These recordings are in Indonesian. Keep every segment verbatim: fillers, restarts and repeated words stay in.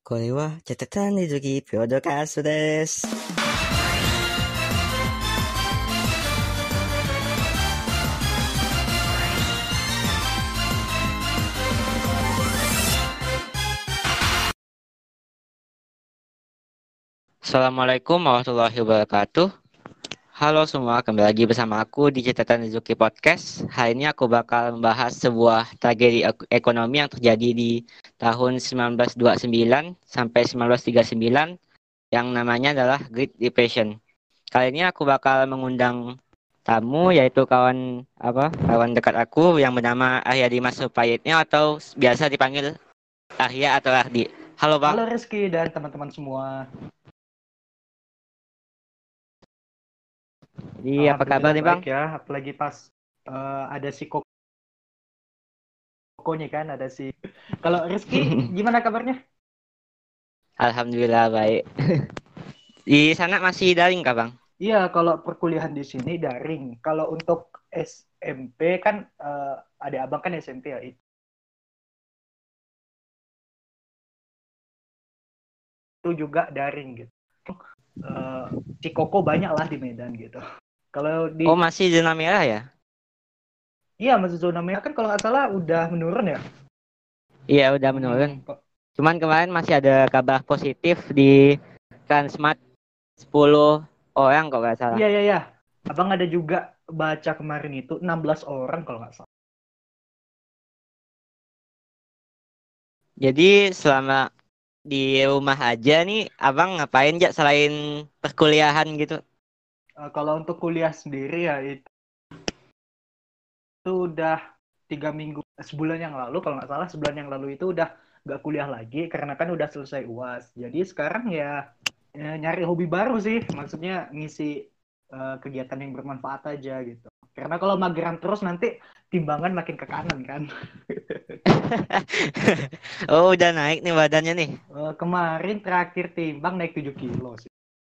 これはチャタタンリズキポッドキャストです。 Assalamualaikum warahmatullahi wabarakatuh. Halo semua, kembali lagi bersama aku di Catatan Rizuki Podcast. Hari ini aku bakal membahas sebuah tragedi ek- ekonomi yang terjadi di tahun sembilan belas dua puluh sembilan sampai sembilan belas tiga puluh sembilan yang namanya adalah Great Depression. Kali ini aku bakal mengundang tamu yaitu kawan apa? Kawan dekat aku yang bernama Arya Dimas Supayitnya atau biasa dipanggil Arya atau Ardi. Halo Bang. Halo Rizky dan teman-teman semua. Jadi apa kabar Alhamdulillah nih Bang? baik ya, apalagi pas eh, ada si Kokonya kan, ada si. Kalau Rizky gimana kabarnya? Alhamdulillah baik. Di sana masih daring kah Bang? Iya, kalau perkuliahan di sini daring. Kalau untuk S M P kan eh, ada abang kan S M P ya, itu juga daring gitu. Eh, si Koko banyak lah di Medan gitu. Kalau di, Oh masih zona merah ya? iya masih zona merah kan kalau nggak salah udah menurun ya. Iya udah menurun. Hmm, kok- Cuman kemarin masih ada kabar positif di Transmart sepuluh orang kok nggak salah. iya iya iya. Abang ada juga baca kemarin itu enam belas orang kalau nggak salah. Jadi selama di rumah aja nih, abang ngapain aja selain perkuliahan gitu? Uh, kalau untuk kuliah sendiri ya itu, itu udah tiga minggu, sebulan yang lalu kalau nggak salah sebulan yang lalu itu udah nggak kuliah lagi karena kan udah selesai U A S. Jadi sekarang ya, ya nyari hobi baru sih, maksudnya ngisi uh, kegiatan yang bermanfaat aja gitu. Karena kalau mageran terus nanti timbangan makin ke kanan kan. Oh udah naik nih badannya nih. Uh, kemarin terakhir timbang naik tujuh kilo sih.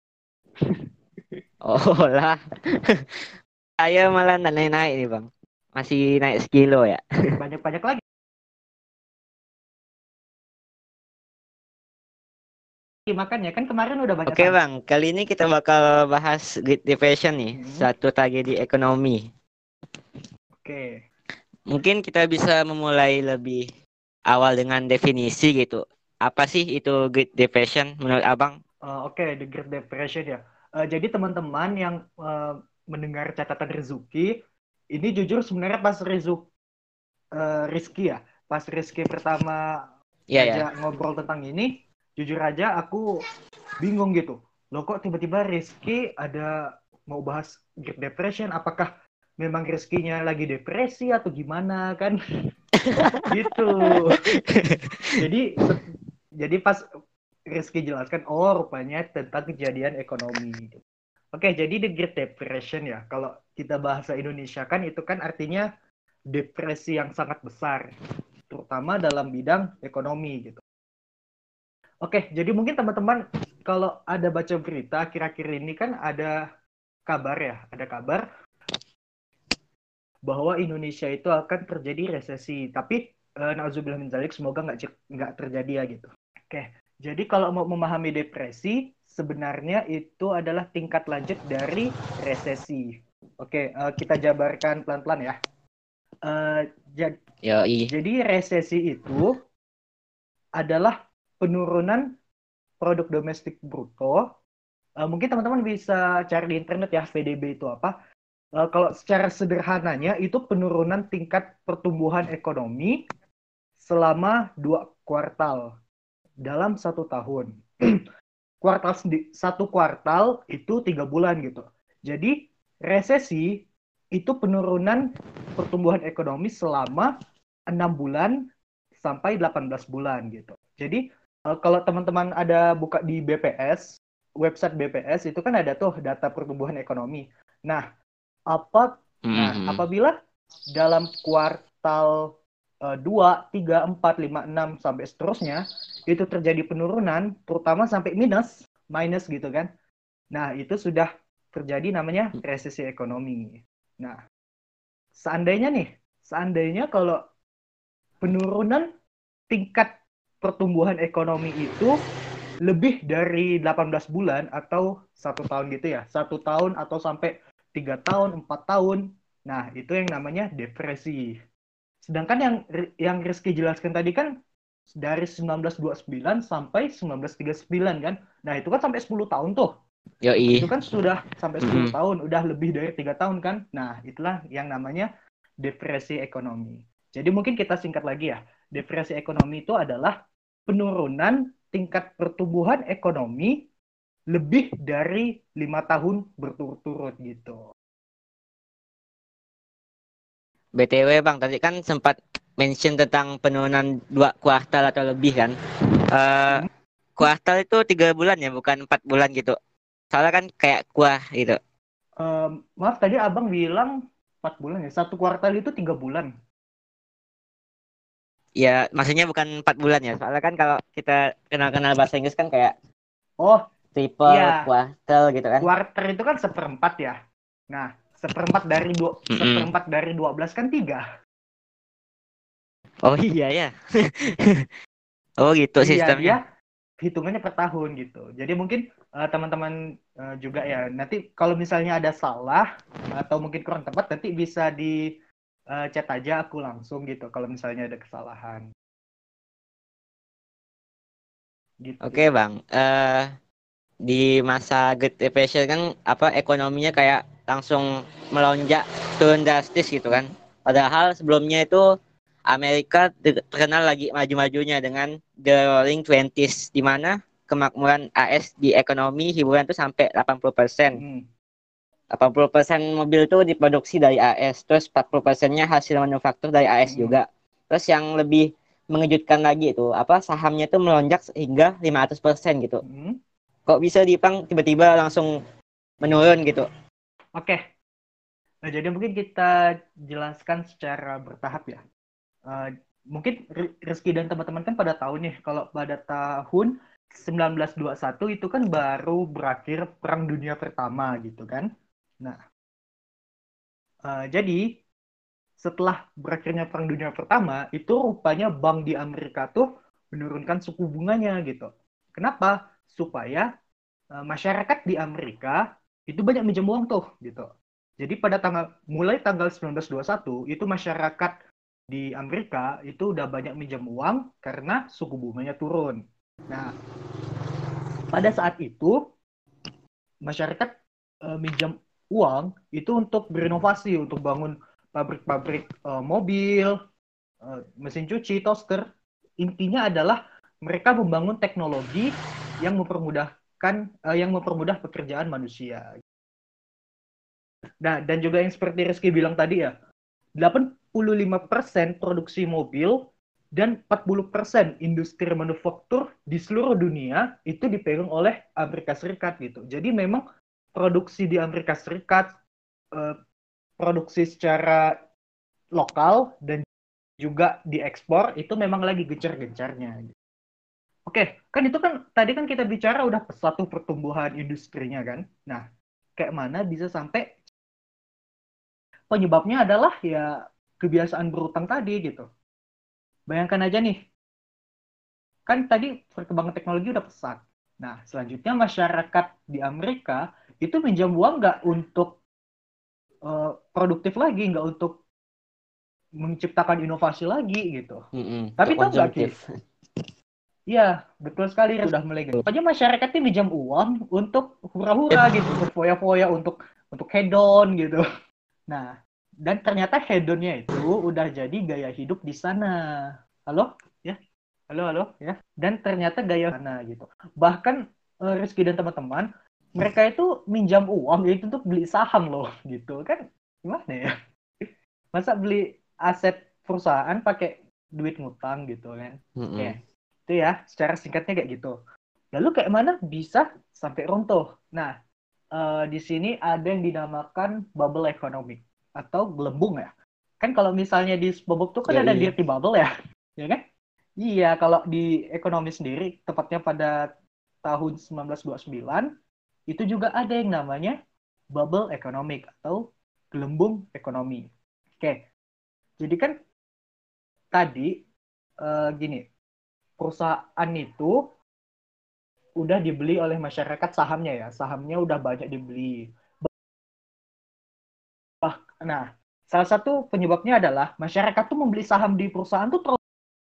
Oh lah. Saya malah naik-naik nih bang. Masih naik sekilo ya. Banyak-banyak lagi. Makanya kan kemarin udah banyak Oke tanya. bang, kali ini kita bakal bahas Great Depression nih, Hmm, satu tragedi ekonomi. Oke. Mungkin kita bisa memulai lebih awal dengan definisi gitu. Apa sih itu Great Depression menurut abang? Uh, Oke, okay, The Great Depression ya. Uh, jadi teman-teman yang uh, mendengar catatan Rizuki, ini jujur sebenarnya pas Rizuk, uh, Rizky ya, pas Rizky pertama Iya ya. ngajak ngobrol tentang ini, jujur aja aku bingung gitu. Loh kok tiba-tiba Rizky ada mau bahas Great Depression, apakah memang Rizky-nya lagi depresi atau gimana kan? Gitu. Jadi jadi pas Rizky jelaskan, oh rupanya tentang kejadian ekonomi. Oke, jadi the Great Depression ya, kalau kita bahasa Indonesia kan itu kan artinya depresi yang sangat besar, terutama dalam bidang ekonomi gitu. Oke, jadi mungkin teman-teman kalau ada baca berita akhir-akhir ini kan ada kabar ya, ada kabar bahwa Indonesia itu akan terjadi resesi. Tapi eh, nauzubillah min dzalik, semoga nggak nggak terjadi ya gitu. Oke, jadi kalau mau memahami depresi, sebenarnya itu adalah tingkat lanjut dari resesi. Oke, uh, kita jabarkan pelan-pelan ya. Uh, jad- Yoi. jadi resesi itu adalah penurunan produk domestik bruto. Uh, mungkin teman-teman bisa cari di internet ya, V D B itu apa. Uh, kalau secara sederhananya itu penurunan tingkat pertumbuhan ekonomi selama dua kuartal dalam satu tahun. Kuartal satu kuartal itu tiga bulan gitu. Jadi resesi itu penurunan pertumbuhan ekonomi selama enam bulan sampai delapan belas bulan gitu. Jadi kalau teman-teman ada buka di B P S, website B P S itu kan ada tuh data pertumbuhan ekonomi. Nah, apa nah Mm-hmm. apabila dalam kuartal dua, tiga, empat, lima, enam sampai seterusnya itu terjadi penurunan, terutama sampai minus, minus gitu kan. Nah, itu sudah terjadi namanya resesi ekonomi. Nah, seandainya nih, seandainya kalau penurunan tingkat pertumbuhan ekonomi itu lebih dari delapan belas bulan atau satu tahun gitu ya, satu tahun atau sampai tiga tahun, empat tahun. Nah, itu yang namanya depresi. Sedangkan yang yang Rizky jelaskan tadi kan dari seribu sembilan ratus dua puluh sembilan sampai seribu sembilan ratus tiga puluh sembilan kan. Nah, itu kan sampai sepuluh tahun tuh. Yoi. Itu kan sudah sampai sepuluh Mm-mm. tahun, udah lebih dari tiga tahun kan. Nah, itulah yang namanya depresi ekonomi. Jadi mungkin kita singkat lagi ya. Depresi ekonomi itu adalah penurunan tingkat pertumbuhan ekonomi lebih dari lima tahun berturut-turut gitu. B T W Bang, tadi kan sempat mention tentang penurunan dua kuartal atau lebih kan. Eh Hmm. kuartal itu tiga bulan ya, bukan empat bulan gitu. Soalnya kan kayak kuah gitu. Um, maaf tadi abang bilang empat bulan ya. Satu kuartal itu tiga bulan. Ya, maksudnya bukan empat bulan ya. Soalnya kan kalau kita kenal-kenal bahasa Inggris kan kayak Oh triple, iya, kuartal gitu kan. kuarter itu kan seperempat ya. Nah, seperempat dari dua, Mm-mm. seperempat dari dua belas kan tiga. Oh iya ya. Oh gitu Iya, dia sistemnya. hitungannya per tahun gitu. Jadi mungkin uh, teman-teman uh, juga ya, nanti kalau misalnya ada salah atau mungkin kurang tepat, nanti bisa di uh, chat aja aku langsung gitu kalau misalnya ada kesalahan. Gitu. Oke Bang. Eh di masa Great Depression kan apa ekonominya kayak langsung melonjak turun drastis gitu kan. Padahal sebelumnya itu Amerika ter- terkenal lagi maju-majunya dengan The Roaring Twenties di mana kemakmuran A S di ekonomi hiburan itu sampai delapan puluh persen. Hmm. delapan puluh persen mobil itu diproduksi dari A S, terus empat puluh persen-nya hasil manufaktur dari A S Hmm. juga. Terus yang lebih mengejutkan lagi itu apa sahamnya itu melonjak hingga lima ratus persen gitu. Hmm. Kok bisa Dipang tiba-tiba langsung menurun gitu? Oke. Nah, jadi mungkin kita jelaskan secara bertahap ya. Uh, mungkin Rizky dan teman-teman kan pada tahu nih kalau pada tahun seribu sembilan ratus dua puluh satu itu kan baru berakhir Perang Dunia Pertama gitu kan. Nah, uh, jadi setelah berakhirnya Perang Dunia Pertama itu rupanya bank di Amerika tuh menurunkan suku bunganya gitu. Kenapa? Supaya uh, masyarakat di Amerika itu banyak minjem uang tuh gitu. Jadi pada tanggal mulai tanggal seribu sembilan ratus dua puluh satu itu masyarakat di Amerika itu udah banyak minjem uang karena suku bunganya turun. Nah, pada saat itu masyarakat uh, minjam uang itu untuk berinovasi, untuk bangun pabrik-pabrik uh, mobil, uh, mesin cuci, toaster. Intinya adalah mereka membangun teknologi yang mempermudahkan uh, yang mempermudah pekerjaan manusia. Nah, dan juga yang seperti Rizky bilang tadi ya, delapan puluh lima persen produksi mobil dan empat puluh persen industri manufaktur di seluruh dunia itu dipegang oleh Amerika Serikat gitu. Jadi memang produksi di Amerika Serikat, eh, produksi secara lokal dan juga diekspor itu memang lagi gencar-gencarnya. Oke, kan itu kan tadi kan kita bicara udah satu pertumbuhan industrinya kan. Nah, kayak mana bisa sampai penyebabnya adalah ya kebiasaan berutang tadi gitu. Bayangkan aja nih, kan tadi perkembangan teknologi udah pesat. Nah, selanjutnya masyarakat di Amerika itu minjam uang nggak untuk uh, produktif lagi, nggak untuk menciptakan inovasi lagi gitu. Mm-mm, Tapi untuk tahu nggak Ki? konsumtif. Iya, betul sekali sudah mulai. Pokoknya masyarakat ini minjam uang untuk hura-hura gitu, berfoya-foya untuk untuk hedon gitu. Nah, dan ternyata hedonnya itu udah jadi gaya hidup di sana. Halo? Ya? Halo, halo, ya. Dan ternyata gaya sana gitu. Bahkan eh, Rizky dan teman-teman, mereka itu minjam uang itu untuk beli saham loh, gitu kan? Gimana ya? Masa beli aset perusahaan pakai duit ngutang gitu kan? Mm-mm. Oke, itu ya. Secara singkatnya kayak gitu. Lalu kayak mana bisa sampai runtuh? Nah, eh, di sini ada yang dinamakan bubble economic atau gelembung ya. Kan kalau misalnya di SpongeBob tuh kan ada Yoi. dirty bubble ya, ya kan? Iya, kalau di ekonomi sendiri, tepatnya pada tahun seribu sembilan ratus dua puluh sembilan, itu juga ada yang namanya bubble economic atau gelembung ekonomi. Oke, jadi kan tadi uh, gini, perusahaan itu udah dibeli oleh masyarakat sahamnya ya, sahamnya udah banyak dibeli. Nah, salah satu penyebabnya adalah masyarakat tuh membeli saham di perusahaan tuh terlalu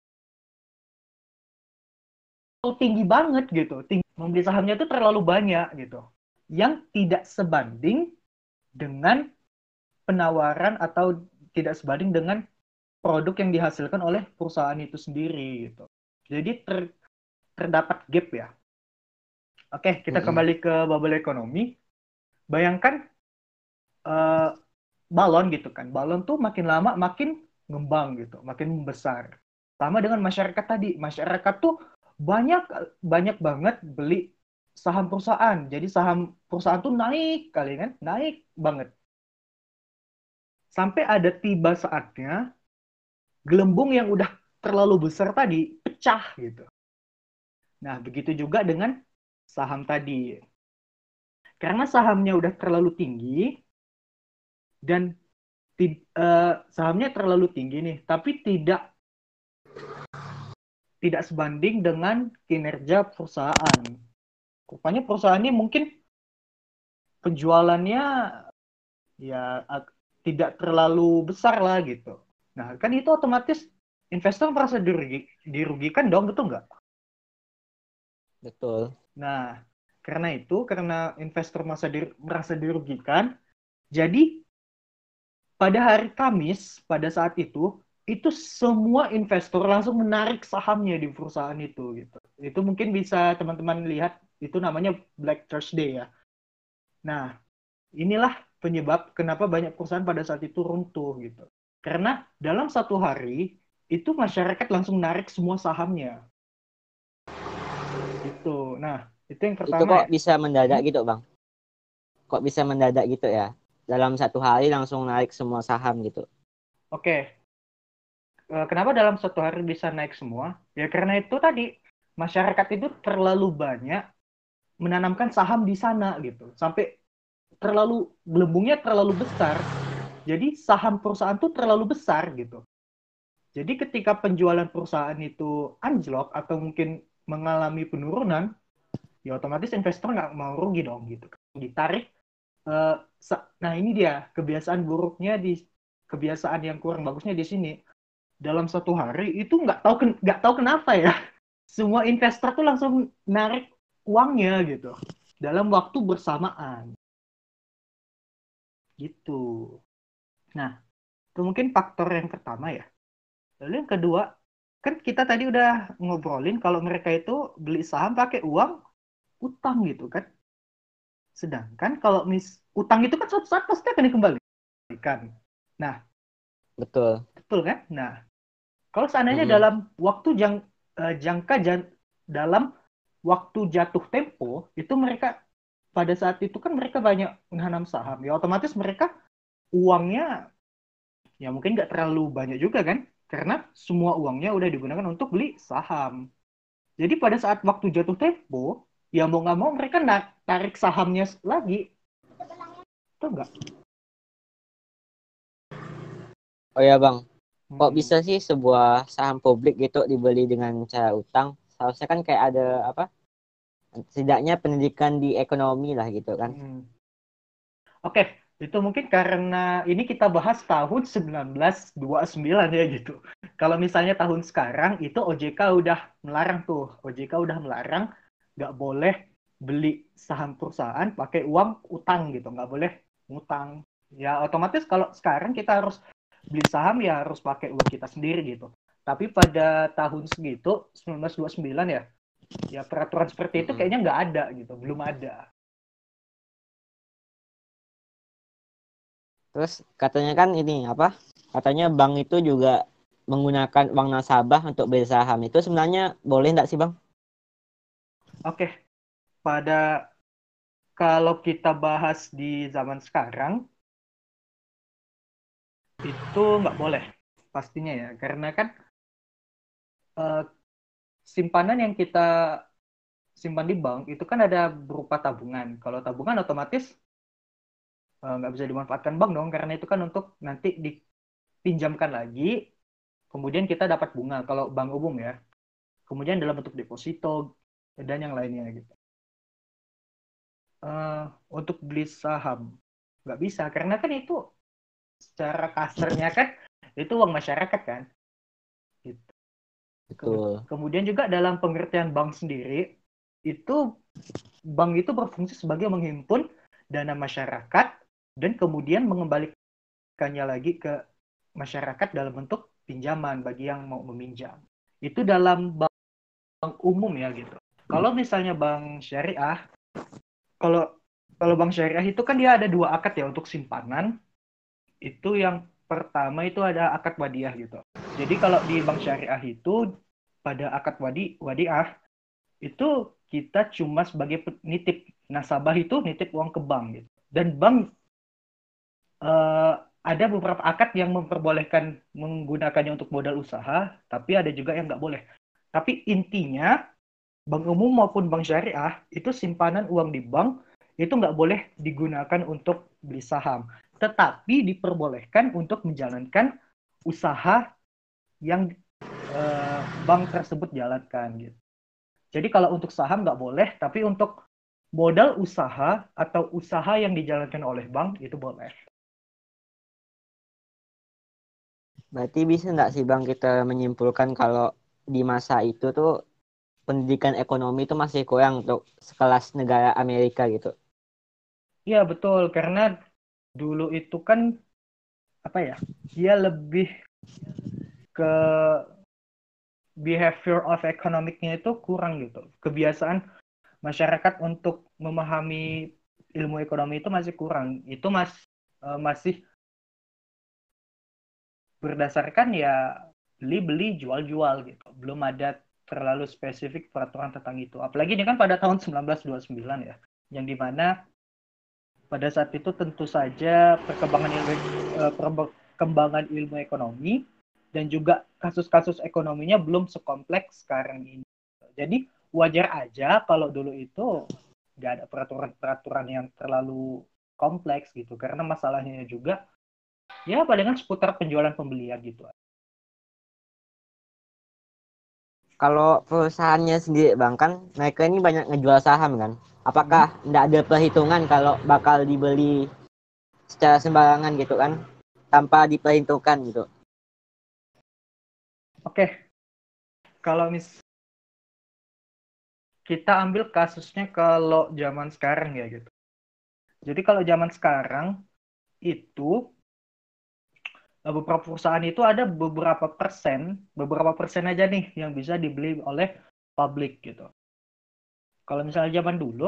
tinggi banget gitu. Tinggi, membeli sahamnya tuh terlalu banyak gitu. Yang tidak sebanding dengan penawaran atau tidak sebanding dengan produk yang dihasilkan oleh perusahaan itu sendiri gitu. Jadi ter, terdapat gap ya. Oke, kita Mm-mm. kembali ke bubble ekonomi. Bayangkan uh, balon gitu kan. Balon tuh makin lama makin ngembang gitu, makin membesar. Sama dengan masyarakat tadi. Masyarakat tuh banyak banyak banget beli saham perusahaan. Jadi saham perusahaan tuh naik kali kan, naik banget. Sampai ada tiba saatnya gelembung yang udah terlalu besar tadi pecah gitu. Nah, begitu juga dengan saham tadi. Karena sahamnya udah terlalu tinggi dan uh, sahamnya terlalu tinggi nih, tapi tidak tidak sebanding dengan kinerja perusahaan. Rupanya perusahaan ini mungkin penjualannya ya tidak terlalu besar lah gitu. Nah, kan itu otomatis investor merasa dirugi, dirugikan dong, betul nggak? Betul. Nah, karena itu, karena investor merasa, dir, merasa dirugikan, jadi pada hari Kamis, pada saat itu, itu semua investor langsung menarik sahamnya di perusahaan itu gitu. Itu mungkin bisa teman-teman lihat, itu namanya Black Thursday ya. Nah, inilah penyebab kenapa banyak perusahaan pada saat itu runtuh gitu. Karena dalam satu hari itu masyarakat langsung narik semua sahamnya. Gitu. Nah, itu yang Itu pertama kok ya. bisa mendadak Hmm? gitu, Bang? Kok bisa mendadak gitu ya? Dalam satu hari langsung naik semua saham gitu. Oke. Kenapa dalam satu hari bisa naik semua? Ya karena itu tadi masyarakat itu terlalu banyak menanamkan saham di sana gitu. Sampai terlalu gelembungnya terlalu besar. Jadi saham perusahaan tuh terlalu besar gitu. Jadi ketika penjualan perusahaan itu anjlok atau mungkin mengalami penurunan, ya otomatis investor nggak mau rugi dong gitu. Ditarik. Uh, nah ini dia kebiasaan buruknya di kebiasaan yang kurang bagusnya di sini. Dalam satu hari itu nggak tahu nggak tahu kenapa ya. Semua investor tuh langsung narik uangnya gitu dalam waktu bersamaan. Gitu. Nah, itu mungkin faktor yang pertama ya. Lalu yang kedua, kan kita tadi udah ngobrolin kalau mereka itu beli saham pakai uang utang gitu kan. Sedangkan kalau mis utang itu kan suatu saat pasti akan dikembalikan. Nah, Betul. betul kan? Nah, kalau seandainya Mm-mm. dalam waktu jang, uh, jangka jan, dalam waktu jatuh tempo itu mereka pada saat itu kan mereka banyak menanam saham ya otomatis mereka uangnya ya mungkin nggak terlalu banyak juga kan karena semua uangnya udah digunakan untuk beli saham. Jadi pada saat waktu jatuh tempo ya mau nggak mau mereka tarik sahamnya lagi. Itu enggak? Oh ya, Bang. Kok Hmm. bisa sih sebuah saham publik gitu dibeli dengan cara utang? Seharusnya kan kayak ada apa? Setidaknya pendidikan di ekonomi lah gitu kan. Hmm. Oke, itu mungkin karena ini kita bahas tahun seribu sembilan ratus dua puluh sembilan ya gitu. Kalau misalnya tahun sekarang itu O J K udah melarang tuh, O J K udah melarang nggak boleh beli saham perusahaan pakai uang utang gitu, nggak boleh ngutang. Ya otomatis kalau sekarang kita harus beli saham ya harus pakai uang kita sendiri gitu. Tapi pada tahun segitu seribu sembilan ratus dua puluh sembilan ya, ya peraturan seperti itu Mm-mm. kayaknya nggak ada gitu, belum ada. Terus katanya kan ini apa? Katanya bank itu juga menggunakan uang nasabah untuk beli saham. Itu sebenarnya boleh nggak sih, Bang? Oke, pada kalau kita bahas di zaman sekarang itu nggak boleh pastinya ya karena kan uh, simpanan yang kita simpan di bank itu kan ada berupa tabungan. Kalau tabungan otomatis uh, nggak bisa dimanfaatkan bank dong karena itu kan untuk nanti dipinjamkan lagi kemudian kita dapat bunga kalau bank umum ya. kemudian dalam bentuk deposito dan yang lainnya gitu. Uh, untuk beli saham nggak bisa karena kan itu secara kasarnya kan itu uang masyarakat kan. Gitu. Betul. Kemudian juga dalam pengertian bank sendiri itu bank itu berfungsi sebagai menghimpun dana masyarakat dan kemudian mengembalikannya lagi ke masyarakat dalam bentuk pinjaman bagi yang mau meminjam. Itu dalam bank, bank umum ya gitu. Kalau misalnya bank syariah, kalau kalau bank syariah itu kan dia ada dua akad ya untuk simpanan. Itu yang pertama itu ada akad wadiah gitu. Jadi kalau di bank syariah itu pada akad wadi wadiah itu kita cuma sebagai nitip, nasabah itu nitip uang ke bank gitu. Dan bank uh, ada beberapa akad yang memperbolehkan menggunakannya untuk modal usaha, tapi ada juga yang nggak boleh. Tapi intinya bank umum maupun bank syariah itu simpanan uang di bank itu nggak boleh digunakan untuk beli saham, tetapi diperbolehkan untuk menjalankan usaha yang uh, bank tersebut jalankan gitu. Jadi kalau untuk saham nggak boleh, tapi untuk modal usaha atau usaha yang dijalankan oleh bank itu boleh. Berarti bisa nggak sih Bang kita menyimpulkan kalau di masa itu tuh pendidikan ekonomi itu masih kurang untuk sekelas negara Amerika gitu? Iya betul, karena dulu itu kan apa ya, dia lebih ke behavior of economic-nya itu kurang gitu. Kebiasaan masyarakat untuk memahami ilmu ekonomi itu masih kurang. Itu mas uh, masih berdasarkan ya beli-beli, jual-jual gitu. Belum ada terlalu spesifik peraturan tentang itu. Apalagi ini kan pada tahun sembilan belas dua puluh sembilan ya, yang dimana pada saat itu tentu saja perkembangan ilmu uh, perkembangan ilmu ekonomi dan juga kasus-kasus ekonominya belum sekompleks sekarang ini. Jadi wajar aja kalau dulu itu nggak ada peraturan-peraturan yang terlalu kompleks gitu. Karena masalahnya juga ya palingan seputar penjualan pembelian gitu. Kalau perusahaannya sendiri Bang, kan mereka ini banyak ngejual saham kan. Apakah Hmm. nggak ada perhitungan kalau bakal dibeli secara sembarangan gitu kan, tanpa diperhitungkan gitu? Oke, kalau mis kita ambil kasusnya kalau zaman sekarang ya gitu. Jadi kalau zaman sekarang itu beberapa perusahaan itu ada beberapa persen, beberapa persen aja nih yang bisa dibeli oleh publik gitu. Kalau misalnya zaman dulu,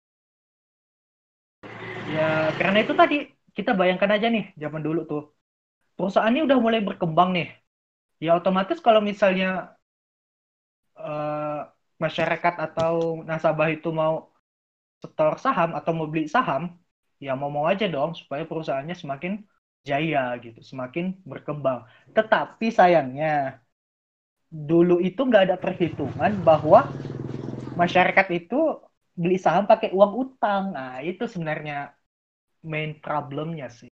ya karena itu tadi kita bayangkan aja nih zaman dulu tuh perusahaan ini udah mulai berkembang nih. Ya otomatis kalau misalnya uh, masyarakat atau nasabah itu mau setor saham atau mau beli saham, ya mau-mau aja dong supaya perusahaannya semakin jaya gitu, semakin berkembang. Tetapi sayangnya dulu itu nggak ada perhitungan bahwa masyarakat itu beli saham pakai uang utang. Nah, itu sebenarnya main problemnya sih.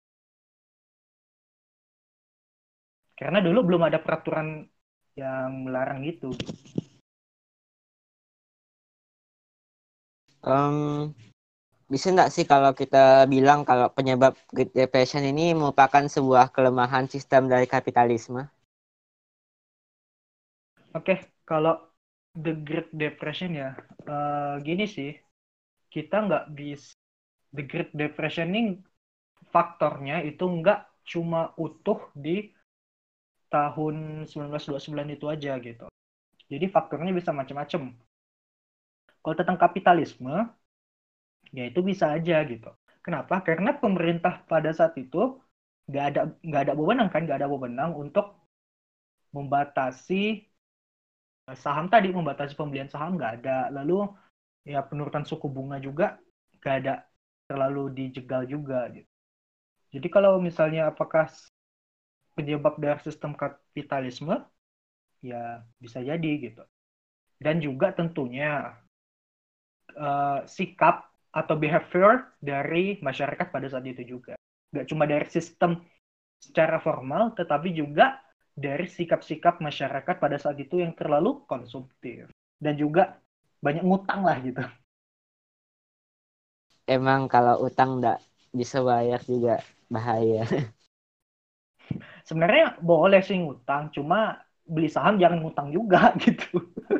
Karena dulu belum ada peraturan yang melarang itu. Um, bisa nggak sih kalau kita bilang kalau penyebab Great Depression ini merupakan sebuah kelemahan sistem dari kapitalisme? Oke, kalau The Great Depression ya, uh, gini sih, kita nggak bisa, The Great Depression ini faktornya itu nggak cuma utuh di tahun sembilan belas dua puluh sembilan itu aja gitu. Jadi faktornya bisa macam-macam. Kalau tentang kapitalisme, ya itu bisa aja gitu. Kenapa? Karena pemerintah pada saat itu nggak ada nggak ada wewenang kan, nggak ada wewenang untuk membatasi saham tadi, membatasi pembelian saham nggak ada. Lalu ya penurunan suku bunga juga nggak ada terlalu dijegal juga gitu. Jadi kalau misalnya apakah penyebab dari sistem kapitalisme, ya bisa jadi gitu. Dan juga tentunya uh, sikap atau behavior dari masyarakat pada saat itu juga. Nggak cuma dari sistem secara formal, tetapi juga dari sikap-sikap masyarakat pada saat itu yang terlalu konsumtif. Dan juga banyak ngutang lah gitu. Emang kalau utang nggak bisa bayar juga bahaya. Sebenarnya boleh sih ngutang, cuma beli saham jangan ngutang juga gitu.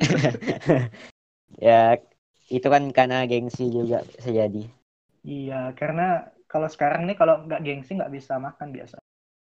Ya, itu kan karena gengsi juga bisa jadi. Iya, karena kalau sekarang nih kalau nggak gengsi nggak bisa makan biasa.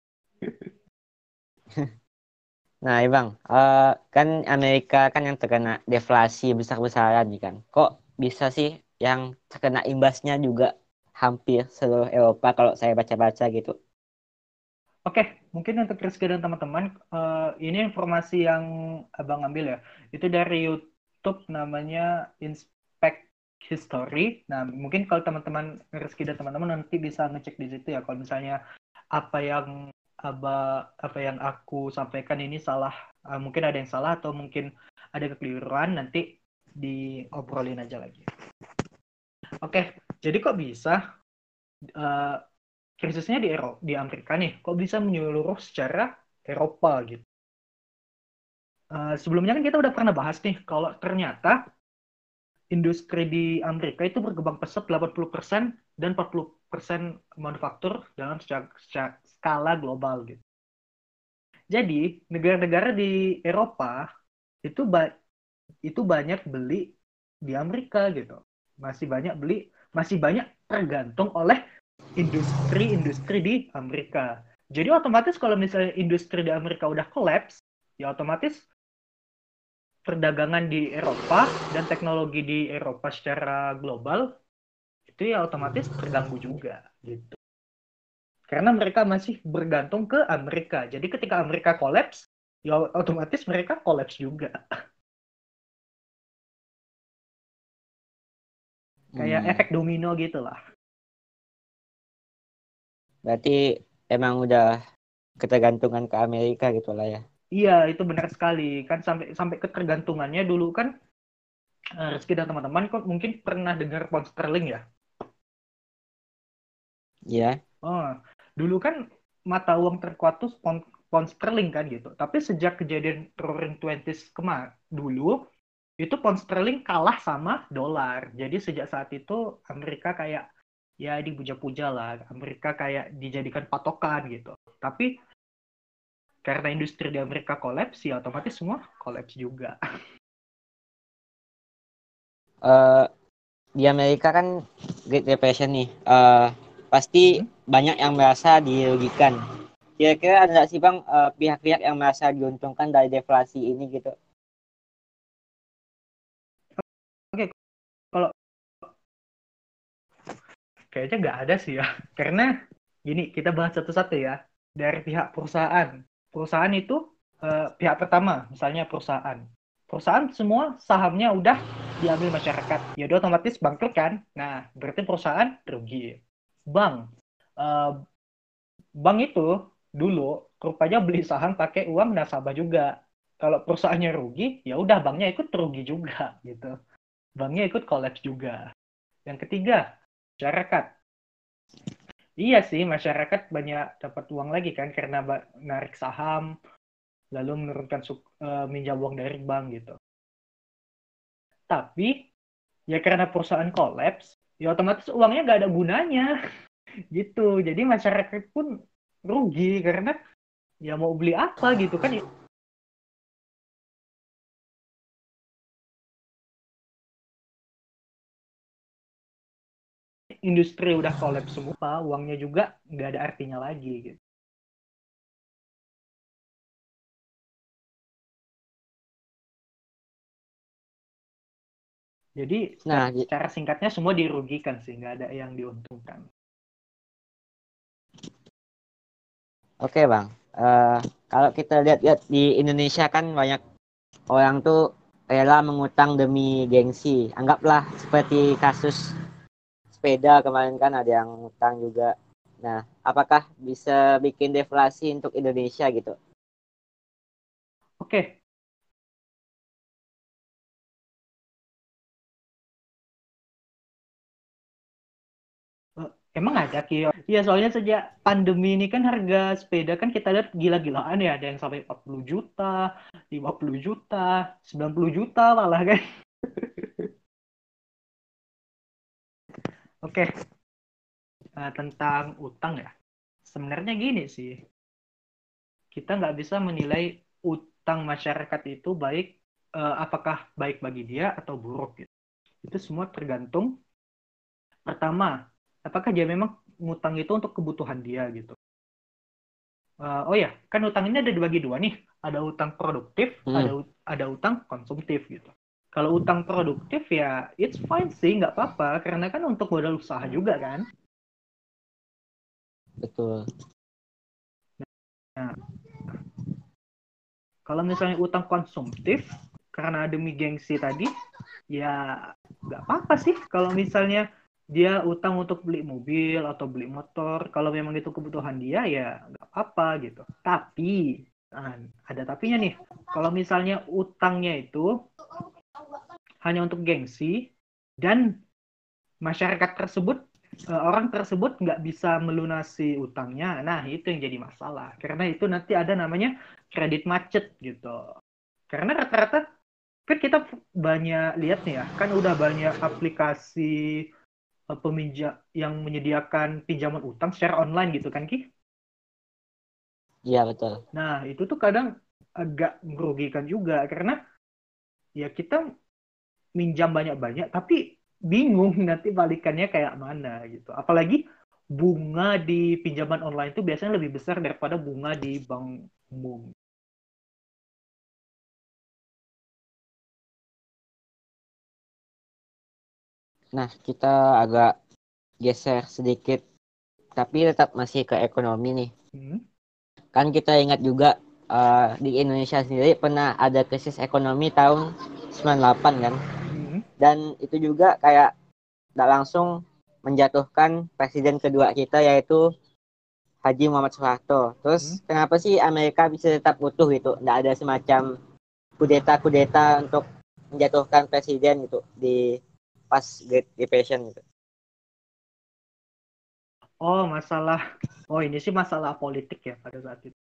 Nah, ya Bang, eh, kan Amerika kan yang terkena deflasi besar-besaran nih kan. Kok bisa sih yang terkena imbasnya juga hampir seluruh Eropa kalau saya baca-baca gitu. Oke, mungkin untuk Rizky dan teman-teman, uh, ini informasi yang Abang ambil ya. Itu dari YouTube namanya Inspect History. Nah, mungkin kalau teman-teman Rizky dan teman-teman nanti bisa ngecek di situ ya. Kalau misalnya apa yang Aba, apa yang aku sampaikan ini salah, uh, mungkin ada yang salah atau mungkin ada kekeliruan, nanti diobrolin aja lagi. Oke, jadi kok bisa uh, krisisnya di Eropa, di Amerika nih, kok bisa menyeluruh secara Eropa gitu. Uh, sebelumnya kan kita udah pernah bahas nih, kalau ternyata industri di Amerika itu berkembang pesat delapan puluh persen dan empat puluh persen manufaktur dalam skala global gitu. Jadi, negara-negara di Eropa itu ba- itu banyak beli di Amerika gitu. Masih banyak beli, masih banyak tergantung oleh industri-industri di Amerika. Jadi otomatis kalau misalnya industri di Amerika udah collapse, ya otomatis perdagangan di Eropa dan teknologi di Eropa secara global itu ya otomatis terganggu juga gitu. Karena mereka masih bergantung ke Amerika. Jadi ketika Amerika collapse, ya otomatis mereka collapse juga. Kayak Hmm, efek domino gitu lah. berarti emang udah ketergantungan ke Amerika gitu lah ya. Iya, itu benar sekali. Kan sampai sampai ketergantungannya dulu kan eh, Rizky dan teman-teman kok mungkin pernah dengar pound sterling ya? Iya. Oh, dulu kan mata uang terkuat tuh pound, pound sterling kan gitu. Tapi sejak kejadian Roaring Twenties kemarin dulu itu pound sterling kalah sama dolar. Jadi sejak saat itu Amerika kayak ya dipuja-puja lah. Amerika kayak dijadikan patokan gitu. Tapi karena industri di Amerika kolaps, ya otomatis semua kolaps juga. Eh, di Amerika kan Great Depression nih. Eh, pasti Hmm. banyak yang merasa dirugikan. Kira-kira ada nggak sih Bang eh, pihak-pihak yang merasa diuntungkan dari deflasi ini gitu? Oke, kalau kayaknya nggak ada sih ya. Karena gini, kita bahas satu-satu ya. Dari pihak perusahaan. Perusahaan itu eh, pihak pertama, misalnya perusahaan. Perusahaan semua sahamnya udah diambil masyarakat. Ya udah otomatis bangkrut kan. Nah, berarti perusahaan rugi. Bank. Eh, bank itu dulu rupanya beli saham pakai uang nasabah juga. Kalau perusahaannya rugi, ya udah banknya ikut rugi juga gitu. Banknya ikut kolaps juga. Yang ketiga, masyarakat. Iya sih, masyarakat banyak dapat uang lagi kan karena narik saham, lalu menurunkan uh, minjam uang dari bank gitu. Tapi ya karena perusahaan kolaps, ya otomatis uangnya nggak ada gunanya gitu. Jadi masyarakat pun rugi karena ya mau beli apa gitu kan. Industri udah kolaps semua, uangnya juga nggak ada artinya lagi gitu. Jadi secara, Nah, secara singkatnya semua dirugikan sih, nggak ada yang diuntungkan. oke Bang. Eh, kalau kita lihat-lihat di Indonesia kan banyak orang tuh rela mengutang demi gengsi. Anggaplah seperti kasus sepeda kemarin kan ada yang utang juga. Nah, apakah bisa bikin deflasi untuk Indonesia gitu? Oke, Emang ada Kio? Iya, soalnya sejak pandemi ini kan harga sepeda kan kita lihat gila-gilaan ya. Ada yang sampai empat puluh juta, lima puluh juta, sembilan puluh juta malah kan. Oke, nah, tentang utang ya. Sebenarnya gini sih, kita nggak bisa menilai utang masyarakat itu baik, eh, apakah baik bagi dia atau buruk gitu. Itu semua tergantung, pertama, apakah dia memang ngutang itu untuk kebutuhan dia gitu. Uh, oh ya, kan utang ini ada dibagi dua nih. Ada utang produktif, ada Hmm, ada utang konsumtif gitu. Kalau utang produktif ya it's fine sih, nggak apa-apa karena kan untuk modal usaha juga kan. betul. Nah, kalau misalnya utang konsumtif karena demi gengsi tadi, ya nggak apa-apa sih kalau misalnya dia utang untuk beli mobil atau beli motor. Kalau memang itu kebutuhan dia ya nggak apa-apa gitu. Tapi nah, ada tapinya nih. Kalau misalnya utangnya itu hanya untuk gengsi dan masyarakat tersebut eh, orang tersebut nggak bisa melunasi utangnya, nah itu yang jadi masalah karena itu nanti ada namanya kredit macet gitu. Karena rata-rata kan kita banyak lihat nih ya, kan udah banyak aplikasi eh, peminjam yang menyediakan pinjaman utang secara online gitu kan Ki. Iya, betul. Nah itu tuh kadang agak merugikan juga karena ya kita minjam banyak-banyak tapi bingung nanti balikannya kayak mana gitu. Apalagi bunga di pinjaman online itu biasanya lebih besar daripada bunga di bank umum. Nah, kita agak geser sedikit, tapi tetap masih ke ekonomi nih. Hmm. Kan kita ingat juga eh, di Indonesia sendiri pernah ada krisis ekonomi tahun sembilan puluh delapan kan. Hmm. Dan itu juga kayak tidak langsung menjatuhkan presiden kedua kita yaitu Haji Muhammad Soeharto. Terus Hmm. kenapa sih Amerika bisa tetap utuh gitu? Tidak ada semacam kudeta-kudeta untuk menjatuhkan presiden gitu di pas Great Depression gitu. Oh, masalah. Oh, ini sih masalah politik ya pada saat itu.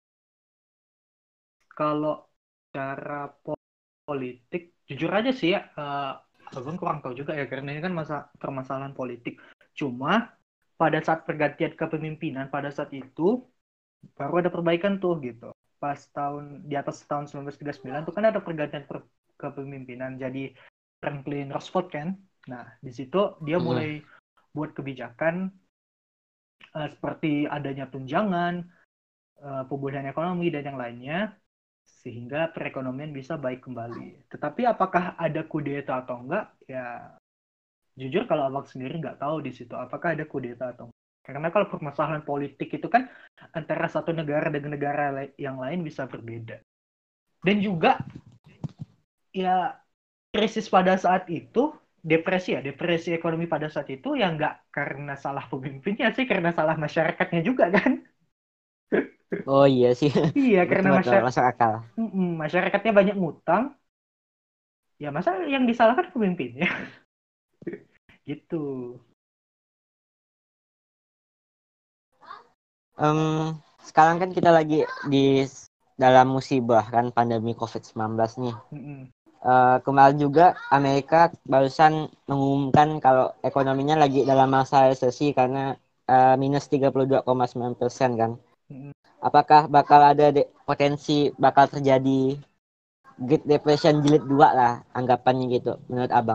Kalau cara politik, jujur aja sih ya, uh, Abang kurang tahu juga ya, karena ini kan masa permasalahan politik. Cuma pada saat pergantian kepemimpinan pada saat itu baru ada perbaikan tuh gitu. Pas tahun di atas tahun seribu sembilan ratus tiga puluh sembilan tuh kan ada pergantian per, kepemimpinan jadi Franklin Roosevelt kan. Nah, di situ dia Mm-mm. mulai buat kebijakan uh, seperti adanya tunjangan, uh, pemulihan ekonomi dan yang lainnya sehingga perekonomian bisa baik kembali. Tetapi apakah ada kudeta atau enggak? Ya jujur kalau abang sendiri nggak tahu di situ apakah ada kudeta atau enggak. Karena kalau permasalahan politik itu kan antara satu negara dengan negara yang lain bisa berbeda. Dan juga ya krisis pada saat itu depresi ya depresi ekonomi pada saat itu ya nggak karena salah pemimpinnya sih karena salah masyarakatnya juga kan. Oh iya sih, Iya karena betul-betul masyarakat masuk akal. masyarakatnya banyak ngutang ya masa yang disalahkan pemimpinnya gitu. Em, Sekarang kan kita lagi di dalam musibah kan pandemi covid sembilan belas nih. Mm-mm. Eh, kemarin juga Amerika barusan mengumumkan kalau ekonominya lagi dalam masa resesi karena eh, minus tiga puluh dua koma sembilan persen kan. Mm-mm. Apakah bakal ada de- potensi bakal terjadi Great Depression jilid dua lah anggapannya gitu menurut Abang?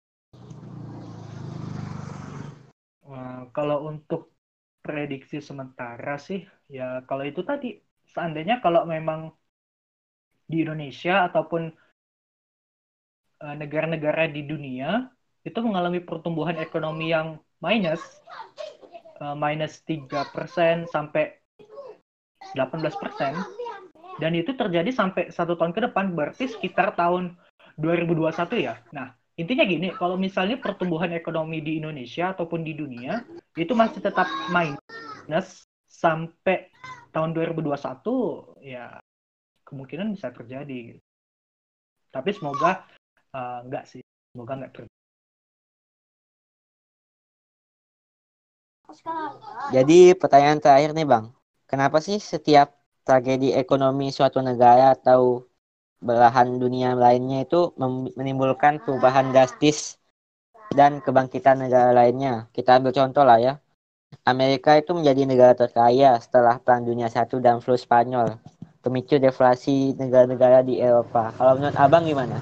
Wah, kalau untuk prediksi sementara sih ya kalau itu tadi seandainya kalau memang di Indonesia ataupun eh, negara-negara di dunia itu mengalami pertumbuhan ekonomi yang minus eh, minus tiga persen sampai delapan belas persen dan itu terjadi sampai satu tahun ke depan berarti sekitar tahun dua ribu dua puluh satu ya. Nah, intinya gini, kalau misalnya pertumbuhan ekonomi di Indonesia ataupun di dunia itu masih tetap minus sampai tahun dua ribu dua puluh satu ya kemungkinan bisa terjadi gitu. Tapi semoga uh, enggak sih. Semoga enggak terjadi. Jadi pertanyaan terakhir nih Bang, kenapa sih setiap tragedi ekonomi suatu negara atau belahan dunia lainnya itu mem- menimbulkan perubahan drastis dan kebangkitan negara lainnya? Kita ambil contoh lah ya. Amerika itu menjadi negara terkaya setelah Perang Dunia Satu dan flu Spanyol, pemicu deflasi negara-negara di Eropa. Kalau menurut Abang gimana?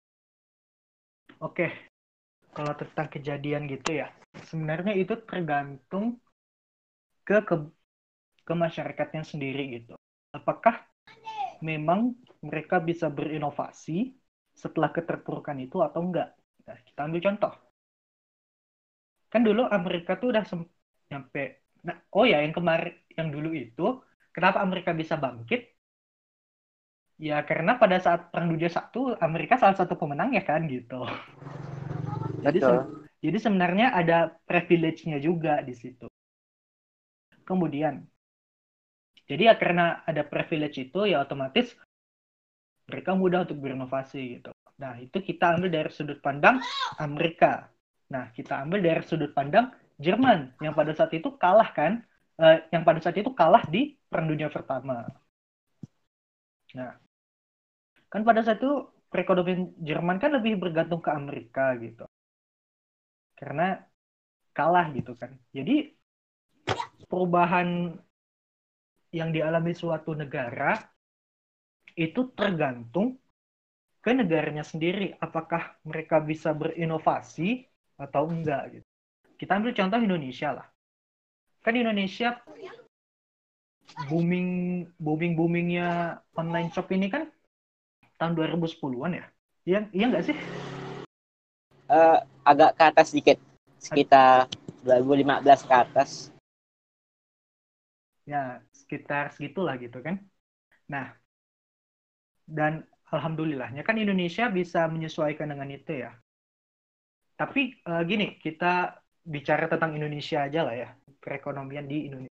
Oke, kalau tentang kejadian gitu ya, sebenarnya itu tergantung ke ke, ke masyarakatnya sendiri gitu. Apakah memang mereka bisa berinovasi setelah keterpurukan itu atau enggak? Nah, kita ambil contoh. Kan dulu Amerika tuh udah sampai, nah, oh ya yang kemarin yang dulu itu kenapa Amerika bisa bangkit? Ya karena pada saat Perang Dunia Satu Amerika salah satu pemenang ya kan gitu. Jadi se jadi sebenarnya ada privilege-nya juga di situ. Kemudian, jadi ya karena ada privilege itu ya otomatis mereka mudah untuk berinovasi gitu. Nah itu kita ambil dari sudut pandang Amerika. Nah kita ambil dari sudut pandang Jerman yang pada saat itu kalah kan, eh, yang pada saat itu kalah di Perang Dunia Pertama. Nah kan pada saat itu perekonomian Jerman kan lebih bergantung ke Amerika gitu. Karena kalah gitu kan. Jadi perubahan yang dialami suatu negara itu tergantung ke negaranya sendiri. Apakah mereka bisa berinovasi atau enggak gitu. Kita ambil contoh Indonesia lah. Kan Indonesia booming booming boomingnya online shop ini kan tahun dua ribu sepuluhan ya. Iya iya nggak sih? Uh, agak ke atas sedikit, sekitar dua ribu lima belas ke atas. Ya sekitar segitulah gitu kan. Nah dan alhamdulillahnya kan Indonesia bisa menyesuaikan dengan itu ya. Tapi uh, gini, kita bicara tentang Indonesia aja lah ya, perekonomian di Indonesia.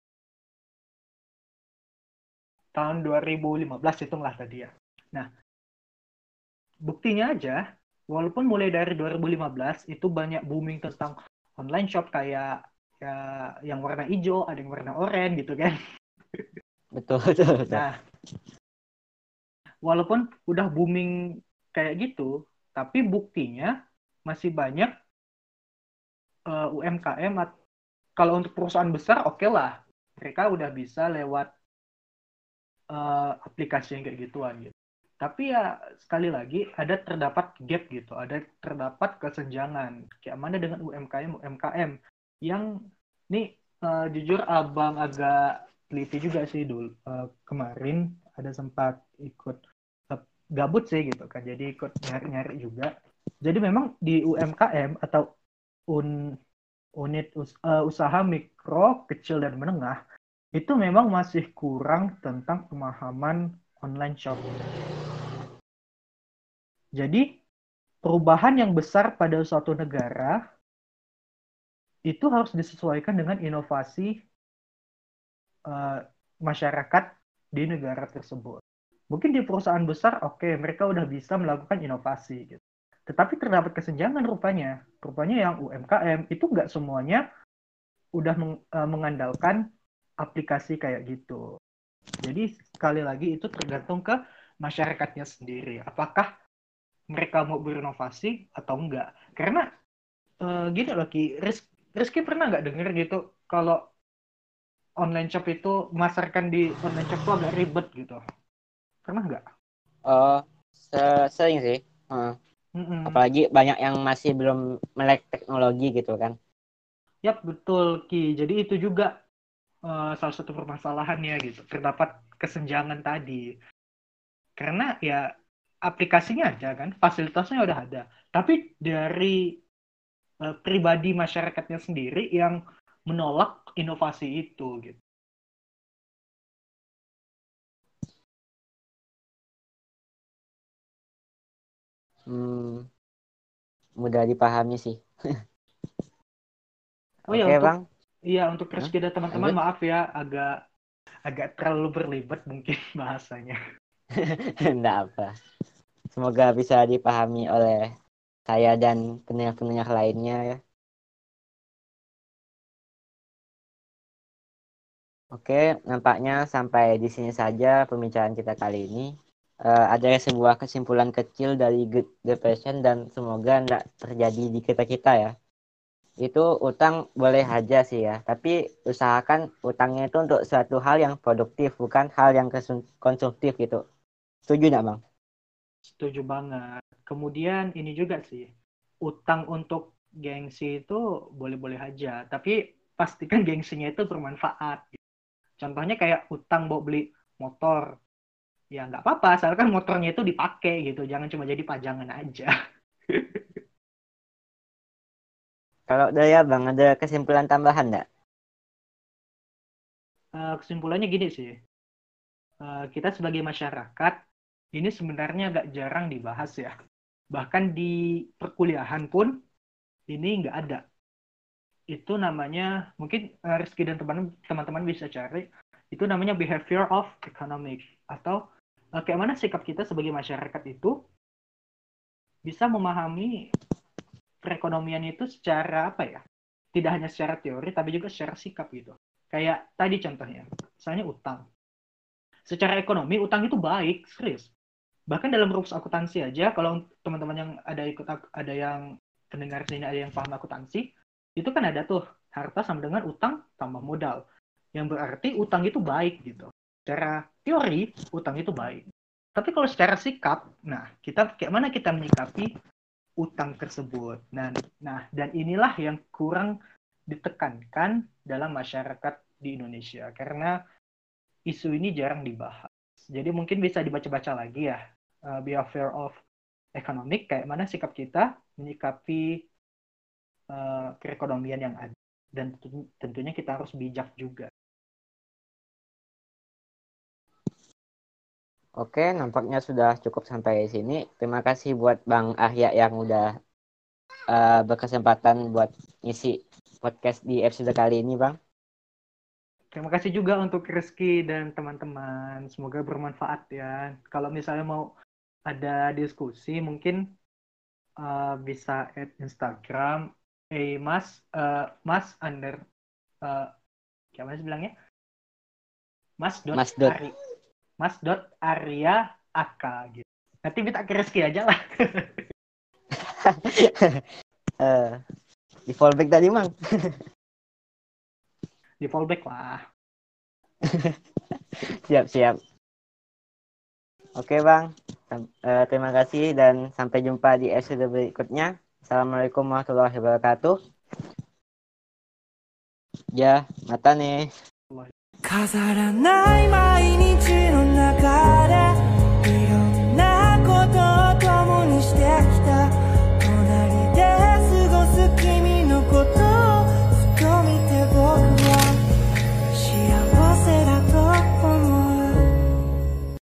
Tahun dua ribu lima belas hitunglah tadi ya. Nah, buktinya aja, walaupun mulai dari dua ribu lima belas itu banyak booming tentang online shop kayak ya yang warna hijau, ada yang warna oranye gitu kan. Betul, betul, betul. Nah, walaupun udah booming kayak gitu, tapi buktinya masih banyak uh, U M K M. Kalau untuk perusahaan besar, oke okay lah. Mereka udah bisa lewat uh, aplikasi yang kayak gituan gitu. Tapi ya sekali lagi ada terdapat gap gitu, ada terdapat kesenjangan. Kayak mana dengan U M K M U M K M yang nih uh, jujur abang agak teliti juga sih dulu uh, kemarin ada sempat ikut uh, gabut sih gitu kan, jadi ikut nyari-nyari juga. Jadi memang di U M K M atau un, unit us, uh, usaha mikro, kecil dan menengah itu memang masih kurang tentang pemahaman online shop. Jadi perubahan yang besar pada suatu negara itu harus disesuaikan dengan inovasi uh, masyarakat di negara tersebut. Mungkin di perusahaan besar, oke, okay, mereka udah bisa melakukan inovasi. Gitu. Tetapi terdapat kesenjangan rupanya. Rupanya yang U M K M itu nggak semuanya udah meng, uh, mengandalkan aplikasi kayak gitu. Jadi sekali lagi itu tergantung ke masyarakatnya sendiri. Apakah mereka mau berinovasi atau enggak? Karena uh, gini loh Ki, Rizky, Rizky pernah nggak denger gitu kalau online shop itu memasarkan di online shop itu agak ribet gitu? Pernah nggak? Oh, sering sih. Hmm. Mm-mm. Apalagi banyak yang masih belum melek teknologi gitu kan. Yap, betul Ki. Jadi itu juga uh, salah satu permasalahannya gitu. Terdapat kesenjangan tadi. Karena ya aplikasinya aja kan, fasilitasnya udah ada. Tapi dari uh, pribadi masyarakatnya sendiri yang menolak inovasi itu gitu. Hmm, mudah dipahami sih. Oh ya Oke untuk Bang. iya untuk Hah? Rizky dan teman-teman Lanjut. maaf ya agak agak terlalu berlibat mungkin bahasanya. Enggak apa. Semoga bisa dipahami oleh saya dan pendengar-pendengar lainnya ya. Oke, nampaknya sampai di sini saja pembicaraan kita kali ini. Uh, ada sebuah kesimpulan kecil dari Great Depression dan semoga tidak terjadi di kita-kita ya. Itu utang boleh aja sih ya, tapi usahakan utangnya itu untuk suatu hal yang produktif, bukan hal yang konsumtif gitu. Setuju nggak, Bang? Setuju banget. Kemudian ini juga sih, utang untuk gengsi itu boleh-boleh aja, tapi pastikan gengsinya itu bermanfaat. Contohnya kayak utang buat beli motor, ya nggak apa-apa, asalkan motornya itu dipakai gitu, jangan cuma jadi pajangan aja. Kalau dari Abang ada kesimpulan tambahan nggak? Uh, kesimpulannya gini sih, uh, kita sebagai masyarakat ini sebenarnya agak jarang dibahas ya. Bahkan di perkuliahan pun ini nggak ada. Itu namanya, mungkin uh, Rizky dan teman-teman bisa cari, itu namanya behavior of economic, atau uh, kayak mana sikap kita sebagai masyarakat itu bisa memahami perekonomian itu secara apa ya, tidak hanya secara teori tapi juga secara sikap gitu. Kayak tadi contohnya, misalnya utang. Secara ekonomi utang itu baik, serius. Bahkan dalam rumus akuntansi aja, kalau teman-teman yang ada ikut ada yang pendengar sini ada yang paham akuntansi, itu kan ada tuh harta sama dengan utang tambah modal. Yang berarti utang itu baik gitu. Secara teori utang itu baik. Tapi kalau secara sikap, nah kita kayak mana kita menyikapi utang tersebut. Nah, nah dan inilah yang kurang ditekankan dalam masyarakat di Indonesia karena isu ini jarang dibahas. Jadi mungkin bisa dibaca-baca lagi ya, uh, behavior of economic, kayak mana sikap kita menyikapi uh, perekonomian yang ada. Dan tentunya kita harus bijak juga. Oke, nampaknya sudah cukup sampai sini. Terima kasih buat Bang Ahya yang udah uh, berkesempatan buat ngisi podcast di episode kali ini, Bang. Terima kasih juga untuk Rizky dan teman-teman. Semoga bermanfaat ya. Kalau misalnya mau ada diskusi, mungkin uh, bisa add Instagram, eh mas, uh, mas under, uh, gimana sih bilangnya? Mas dot Mas dot. Ari, Mas dot Arya Aka gitu. Nanti minta ke Rizky aja lah. uh, di fallback tadi, Mang. Di fallback lah. Siap, siap. Oke, Bang. Uh, terima kasih dan sampai jumpa di episode berikutnya. Assalamualaikum warahmatullahi wabarakatuh. Ya, mata nih. 飾らない毎日の中で